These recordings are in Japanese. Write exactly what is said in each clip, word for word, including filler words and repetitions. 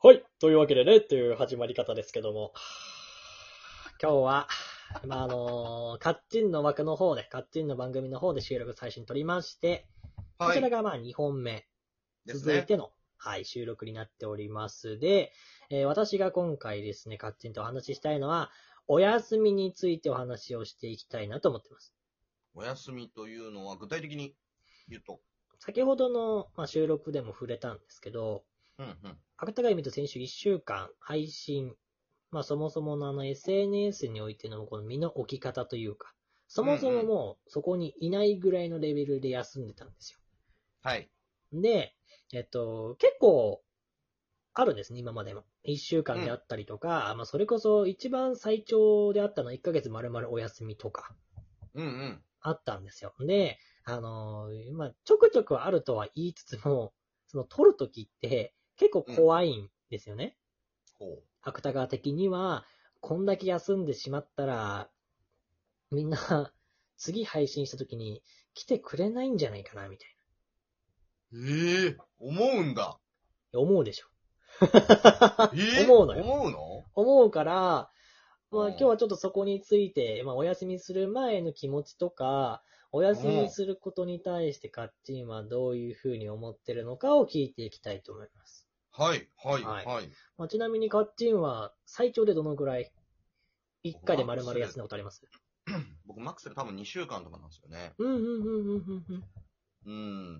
はい。というわけでね、という始まり方ですけども。今日は、まあ、あのーカッチンの枠の方で、カッチンの番組の方で収録最新撮りまして、こはい。 ちらがまあにほんめ、 ですね。 続いての、はい、収録になっておりますで、えー私が今回ですね、カッチンとお話ししたいのは、お休みについてお話をしていきたいなと思ってます。 お休みというのは具体的に言うと。 先ほどの、まあ、収録でも触れたんですけど、 うんうん。 芥川意味と先週いっしゅうかん配信、まあそもそものあの エスエヌエス においてのこの身の置き方というか、そうんうもそもん。 もうそこにいないぐらいのレベルで休んでたんですよ。 はい。 で、えっと、結構あるんですね、今までも。いっしゅうかんであうん。 ったりとか、まあそれこそ一番最長であったのはいっかげつ丸々お休みとかうんうん。 あったんですよ。で、あのーまあちょくちょくあるとは言いつつも、その取るときって結構うん。 怖いんですよね。 ほ芥川的には、こんだけ休んでしまったら、みんな、次配信した時に来てくれないんじゃないかな、みたいう。ええ思うんだ。 な。思うでしょ。 ええ思うのよ。 思うの思うから、まあ今日はうちょっとそこについて、まあお休みする前の気持ちとか、おん。 休みうん。 することに対してカッチンはどういうふうに思ってるのかを聞いていきたいと思います。 はい、はい、 はい。 はい。 まあ、ちなみにカッチンは最長でどのくらい、一僕、 回でマックスで、 丸々休んだことあります？ 僕、マックスで多分にしゅうかんとかなんですよね。 うん、うん、うん、うん、うん、うん。 うん。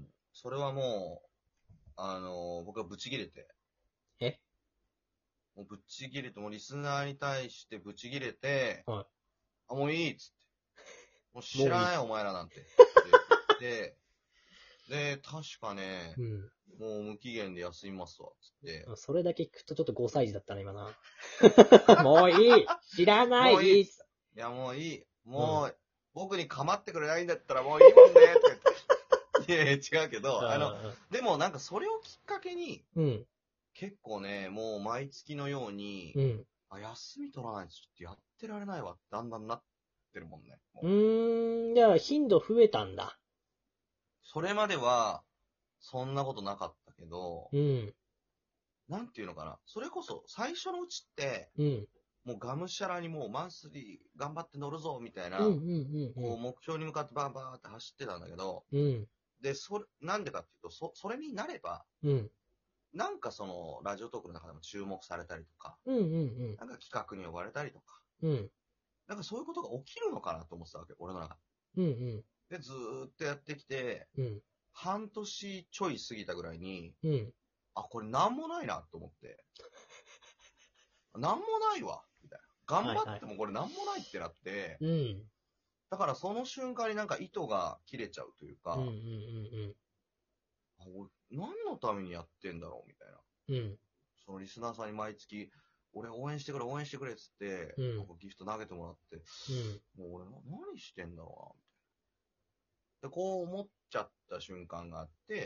それはもう、あのー僕はブチ切れて、 えもうブチ切れて、もうリスナーに対してブチ切れて、 はあ、もういいっつって。もうい。もういい。 知らないお前らなんて。って言って、で、確かね、 うん。 もう無期限で休みますわ、つって。 それだけ聞くとちょっとごさい児だったな、今な。もういい知らないもういいっいいつって。いや、もういい。 うん。 もう、僕に構ってくれないんだったらもういいもんね、とか言って。いやいや、違うけど、あの、 あでもなんかそれをきっかけに、 うん。 結構ね、もう毎月のように、 うん。 あ、休み取らないとちょっとやってられないわ、だんだんなってるもんね。もううーん。じゃあ、頻度増えたんだ。 それまでは、そんなことなかったけど、 うん。 なんていうのかな。それこそ、最初のうちって、 うん。 もうがむしゃらにもうマンスリー頑張って乗るぞ、みたいうん。うな、 ん。うん。 こう目標に向かってバーバーって走ってたんだけど、 うん。 で、それ、なんでかっていうと、そ、それになれば、 うん。 なんかその、ラジオトークの中でも注目されたりとか、 うん。うん。 なんか企画に呼ばれたりとか、 うん。 なんかそういうことが起きるのかなと思ってたわけ、俺の中うん。 で。で、ずーっとやってきて、 うん。 半年ちょい過ぎたぐらいに、 うん。 あ、これなんもないなと思って、なんもないわ、みたいな。頑張はいはい。 ってもこれなんもないってなって、 うん。 だからその瞬間になんか糸が切れちゃうといううん。うか、 ん。 あ俺何のためにやってんだろうみたいな。 うん。うん。 そのリスナーさんに毎月、俺応援してくれ、応援してくれっつって、 うん。 なんかギフト投げてもらって、 うん。 もう俺な何してんだろうな、みたいな。で、こう思っちゃった瞬間があって、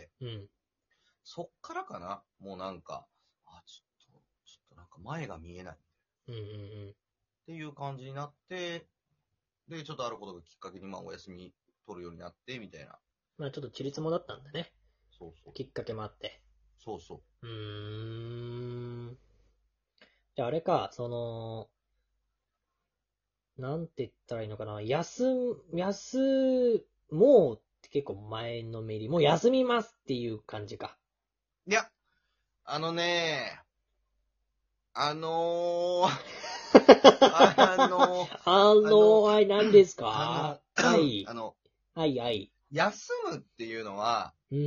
うん。 そっからかな、もうなんか、あ、ちょっと、ちょっとなんか前が見えないっうん。うん。 ていう感じになって、で、ちょっとあることがきっかけに、まあお休み取るようになって、みたいな。 まあちょっとちりつもだったんだね。 そうそう。 きっかけもあって。 そうそう。 うーん。じゃああれか、その、なんて言ったらいいのかな。休む、休もうって結構前のめり。もう休みますっていう感じか。 いや、あのね、あのー、あのー、 ああの、 の、はい、何ですあの、 か？はい。 あの、 はい、はい。 休むっていうのは、 うん。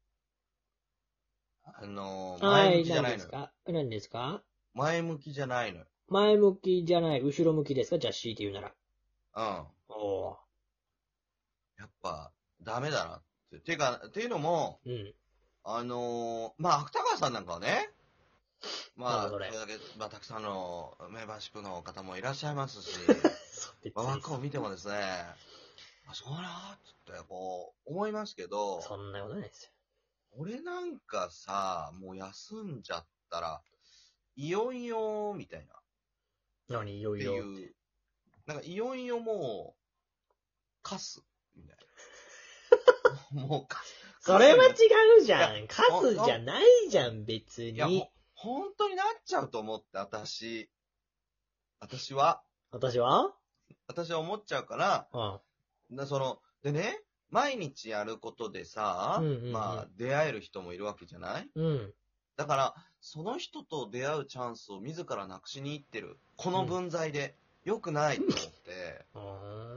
あの、前向はい、 きじゃないのよ。 何ですか？何ですか？ 前向きじゃないのよ。 前向きじゃない、後ろ向きですか？じゃあ 強いて言うなら。 うん。 おー。 やっぱ、ダメだなって。てか、っていうのも、 うん。 あのー、まあ、芥川さんなんかはね、まあ、 なんだそれ。 それだけ、まあ、たくさんのメンバーシップの方もいらっしゃいますし、 そう、別まあ、 に。 枠を見てもですね、あ、そうだなーってこう、思いますけど、 そんなことないですよ。 俺なんかさ、もう休んじゃったら、いよいよ、みたいな。っ何、いよいていよって。 う、なんかいよいよもう、カス、みたいな。もうカス、 それは違カスになっ、 うじいや、 ゃん。カほ、 スじゃほ、 ないじゃん、別いや、ほ、 に。 本当になっちゃうと思って、私。私は。 私は私は思っちゃうから、 うん。 だその、でね、毎日やることでさ、 うんうんうんまあ、出会える人もいるわけじゃない？ うん。 だから、その人と出会うチャンスを自らなくしに行ってる。この分際で。良くないと思って。 うん。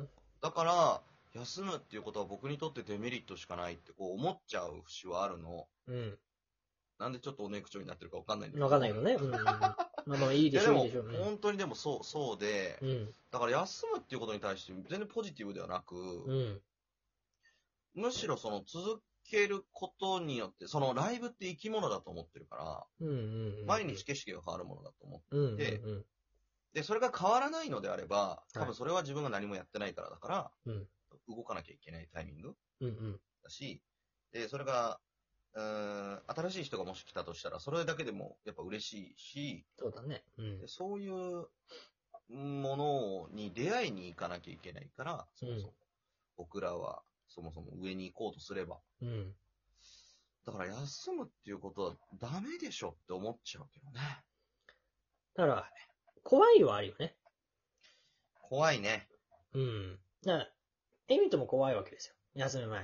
だから、休むっていうことは僕にとってデメリットしかないってこう思っちゃう節はあるの。 うん。 なんでちょっとおねくちょになってるかわかんないんだけど。 わかんないけどね。うんうんうん。まあまあ、いいいやでもでしょう、いいでしょう。うん。 本当にでもそう、そうで、 うん。 だから休むっていうことに対して全然ポジティブではなく、 うん。 むしろその続けることによって、そのライブって生き物だと思ってるから、 うんうんうんうん。 毎日景色が変わるものだと思ってうんうんいて、 うん。 で、それが変わらないのであれば、多はい分それは自分が何もやってないからだから、 うん。 動かなきゃいけないタイミングうんうん。 だし、で、それが、うーん、新しい人がもし来たとしたら、それだけでもやっぱ嬉しいし、 そうだね。うんで。そういうものに出会いに行かなきゃいけないから、そもそも、僕らはそもそも上に行こうとすれば。 うん。 だから休むっていうことはダメでしょって思っちゃうけどね。 だから、怖いはあるよね。 怖いね。 うん。だから、エミとも怖いわけですよ。休む前。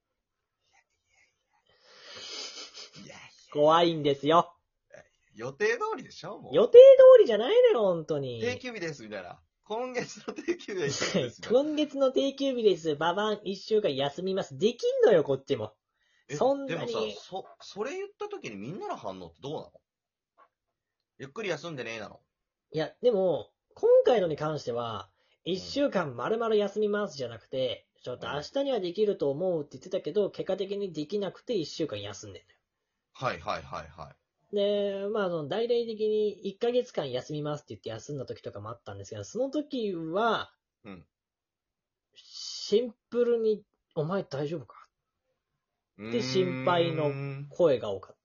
いやいや、 怖いんですよ。 予定通りでしょもう。 予定通りじゃないのよ、本当に。 定休日です、みたいな。今月の定休日です、みたいな。 今月の定休日です。ババン、一週間休みます。できんのよ、こっちも。 えそんなに。 でもさ、そ、それ言った時にみんなの反応ってどうなの？ゆっくり休んでねえなの？ いや、でも、今回のに関しては、一週間丸々休みますじゃなくて、ちょっと明日にはできると思うって言ってたけど、結果的にできなくて一週間休んでんのよ。 はいはいはいはい。 で、まあ、あの、大々的にいっかげつかん休みますって言って休んだ時とかもあったんですけど、その時は、 うん。 シンプルに、お前大丈夫かって心配の声が多かった。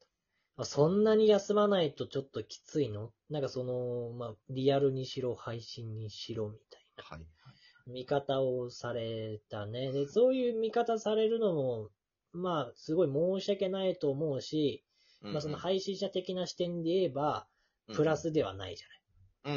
そんなに休まないとちょっときついの？なんかその、まあ、リアルにしろ、配信にしろみたいな。 はい。 見方をされたね。で、そういう見方されるのも、まあ、すごい申し訳ないと思うし、 うんうん、 まあその配信者的な視点で言えば、プラスではないじゃない。 うんうん。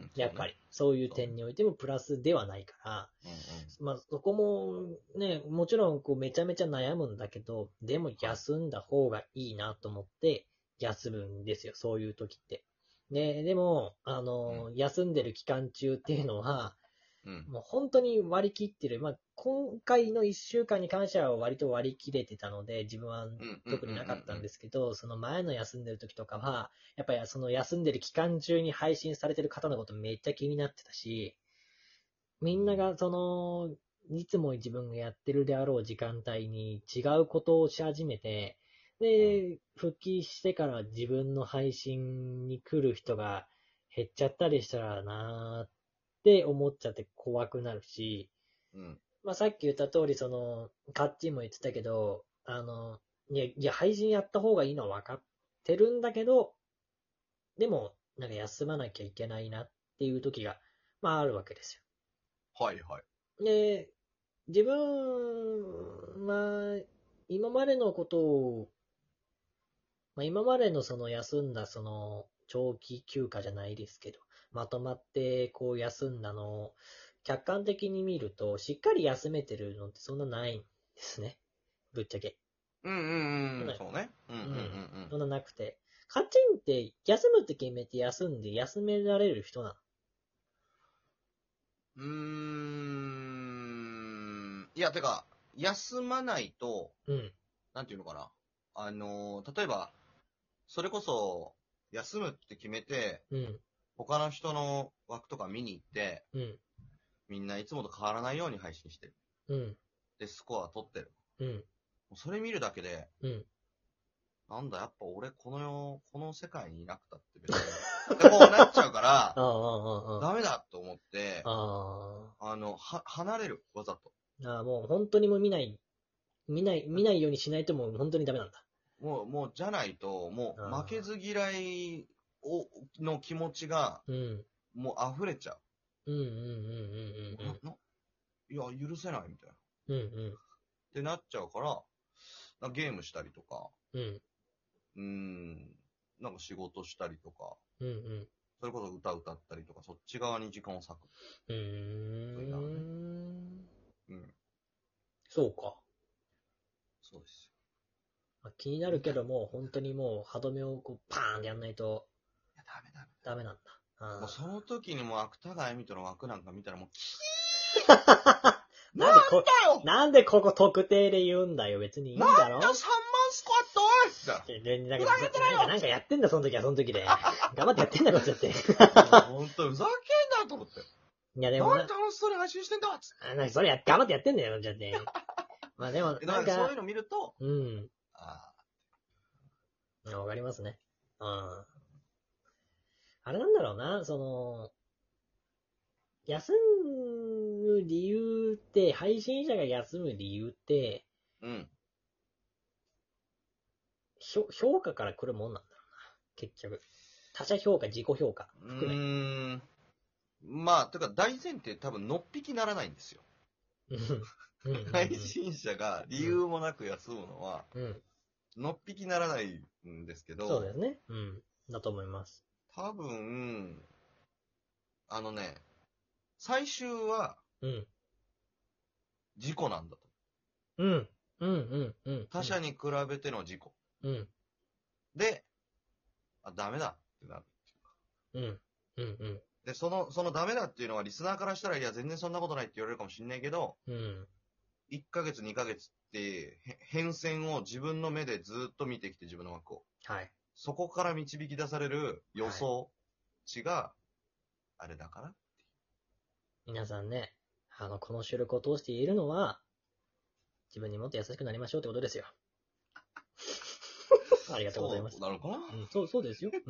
やっぱり、そういう点においてもプラスではないから、 うんうん、 まあそこもね、もちろんこうめちゃめちゃ悩むんだけど、でも休んだ方がいいなと思って休むんですよ、そういう時って。で、でも、あの、うん、休んでる期間中っていうのは、うん、もう本当に割り切ってる。まあ、今回の一週間に関しては割と割り切れてたので、自分は特になかったんですけど、その前の休んでる時とかは、やっぱりその休んでる期間中に配信されてる方のことめっちゃ気になってたし、みんながその、いつも自分がやってるであろう時間帯に違うことをし始めて、で、復帰してから自分の配信に来る人が減っちゃったりしたらなーって思っちゃって怖くなるし、うん、まあさっき言った通り、その、カッチンも言ってたけど、あの、いや、いや、配信やった方がいいのは分かってるんだけど、でも、なんか休まなきゃいけないなっていう時が、まああるわけですよ。 はいはい。 で、自分は、今までのことを、まあ、今までのその休んだその長期休暇じゃないですけど、まとまってこう休んだのを客観的に見ると、しっかり休めてるのってそんなないんですね。ぶっちゃけ。 うんうんうん。そうね。うんうんうんうん。 そんななくて。カチンって休むって決めて休んで休められる人なの？ うーん。いや、てか、休まないと、うん。なんていうのかな。あの、例えば、それこそ、休むって決めて、うん。他の人の枠とか見に行って、うん。みんないつもと変わらないように配信してる。うん。で、スコア取ってる。うん。それ見るだけで、うん。なんだ、やっぱ俺この世、この世界にいなくたって別に。ってこうなっちゃうから、ダメだと思って、ああの、は、離れる、わざと。 ああ、もう本当にもう見ない、見ない、見ないようにしないともう本当にダメなんだ。 もう、もうじゃないと、もう負けず嫌いを、の気持ちが、うん、もう溢れちゃう。うんうんうんうんうん。な、な、いや、許せないみたいな。うんうん。ってなっちゃうから、ゲームしたりとか、うん。うーん。 なんか仕事したりとか、 うんうん。 それこそ歌歌ったりとか、そっち側に時間を割く。 うーん。 そういうのはね。うん。 そうか。 そうですよ。 まあ、気になるけども、本当にもう歯止めをこうパーンってやんないと、 いや、ダメダメ。 ダメなんだ。あもうその時にもう芥川恵美との枠なんか見たらもう、キーなんでこ、 ーよなんでここ特定で言うんだよ、別にいいんだろ。 なんださんまんスクワットおいってなんか、なんか、なんかやってんだ、その時は、その時で。頑張ってやってんだ、こっちだって。 ほんと、ふざけんなと思って。 いや、でもな、 何楽しそうに配信してんだっつって。 あなんかそれや、頑張ってやってんだよ、こっちだって。まあでも、 だなんか、 からそういうの見ると、 うん。 あわかりますね。うん。あれなんだろうな、その、休む理由って、配信者が休む理由って、 うん。 評価から来るもんなんだろうな、結局。他者評価、自己評価含め。 うーん。まあ、てか大前提多分のっぴきならないんですよ。配信者が理由もなく休むのは、うん、のっぴきならないんですけど。 そうですね。うん。だと思います。 多分、あのね、最終は、うん。事故なんだと。 うん。うんうんうん。 他者に比べての事故。 うん。 で、あ、ダメだってなるっていうか。うん。うんうん。で、その、そのダメだっていうのはリスナーからしたら、いや、全然そんなことないって言われるかもしんないけど、うん。いっかげつ、にかげつって、変遷を自分の目でずっと見てきて、自分の枠を。はい。そこから導き出される予想値が、あれだから、はい、皆さんね、あの、この収録を通して言えるのは、自分にもっと優しくなりましょうってことですよ。ありがとうございます。そうなのかな、うん、そう、そうですよ。